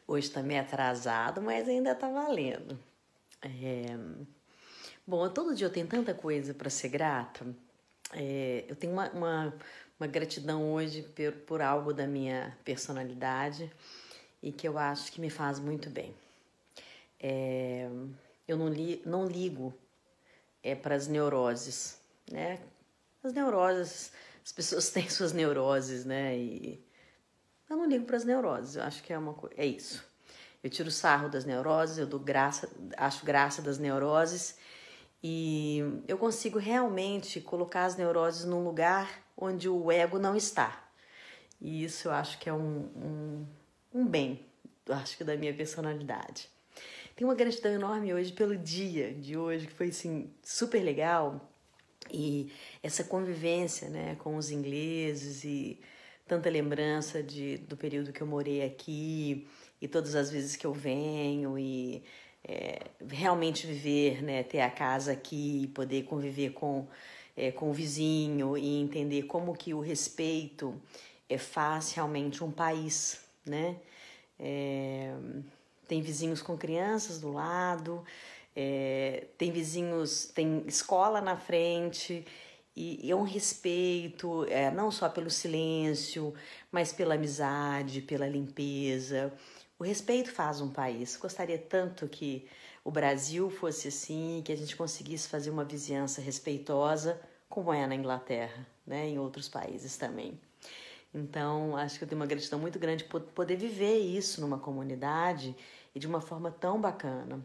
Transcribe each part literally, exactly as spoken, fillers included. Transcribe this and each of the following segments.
Hoje tá meio atrasado, mas ainda tá valendo. É... Bom, todo dia eu tenho tanta coisa para ser grata. É... Eu tenho uma, uma, uma gratidão hoje por, por algo da minha personalidade e que eu acho que me faz muito bem. É... Eu não, li, não ligo é, para as neuroses, né? As neuroses, as pessoas têm suas neuroses, né? E eu não ligo para as neuroses, eu acho que é uma coisa, é isso. Eu tiro sarro das neuroses, eu dou graça, acho graça das neuroses e eu consigo realmente colocar as neuroses num lugar onde o ego não está. E isso eu acho que é um, um, um bem, eu acho que da minha personalidade. Tenho uma gratidão enorme hoje pelo dia de hoje, que foi assim, super legal. E essa convivência, né, com os ingleses e tanta lembrança de, do período que eu morei aqui e todas as vezes que eu venho e é, realmente viver, né, ter a casa aqui, poder conviver com, é, com o vizinho e entender como que o respeito é, faz realmente um país, né? É, tem vizinhos com crianças do lado, é, tem vizinhos, tem escola na frente e é um respeito, é, não só pelo silêncio, mas pela amizade, pela limpeza. O respeito faz um país. Gostaria tanto que o Brasil fosse assim, que a gente conseguisse fazer uma vizinhança respeitosa, como é na Inglaterra, né, em outros países também. Então, acho que eu tenho uma gratidão muito grande por poder viver isso numa comunidade e de uma forma tão bacana.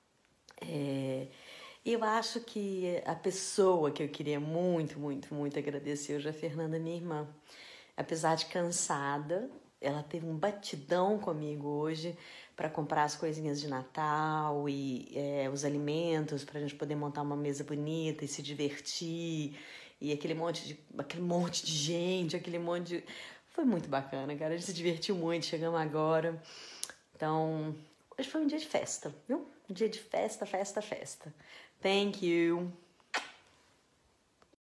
É, eu acho que a pessoa que eu queria muito, muito, muito agradecer hoje é a Fernanda, minha irmã. Apesar de cansada, ela teve um batidão comigo hoje para comprar as coisinhas de Natal e é, os alimentos para a gente poder montar uma mesa bonita e se divertir. E aquele monte de, aquele monte de gente, aquele monte de... Foi muito bacana, cara. A gente se divertiu muito, chegamos agora. Então, hoje foi um dia de festa, viu? Um dia de festa, festa, festa. Thank you.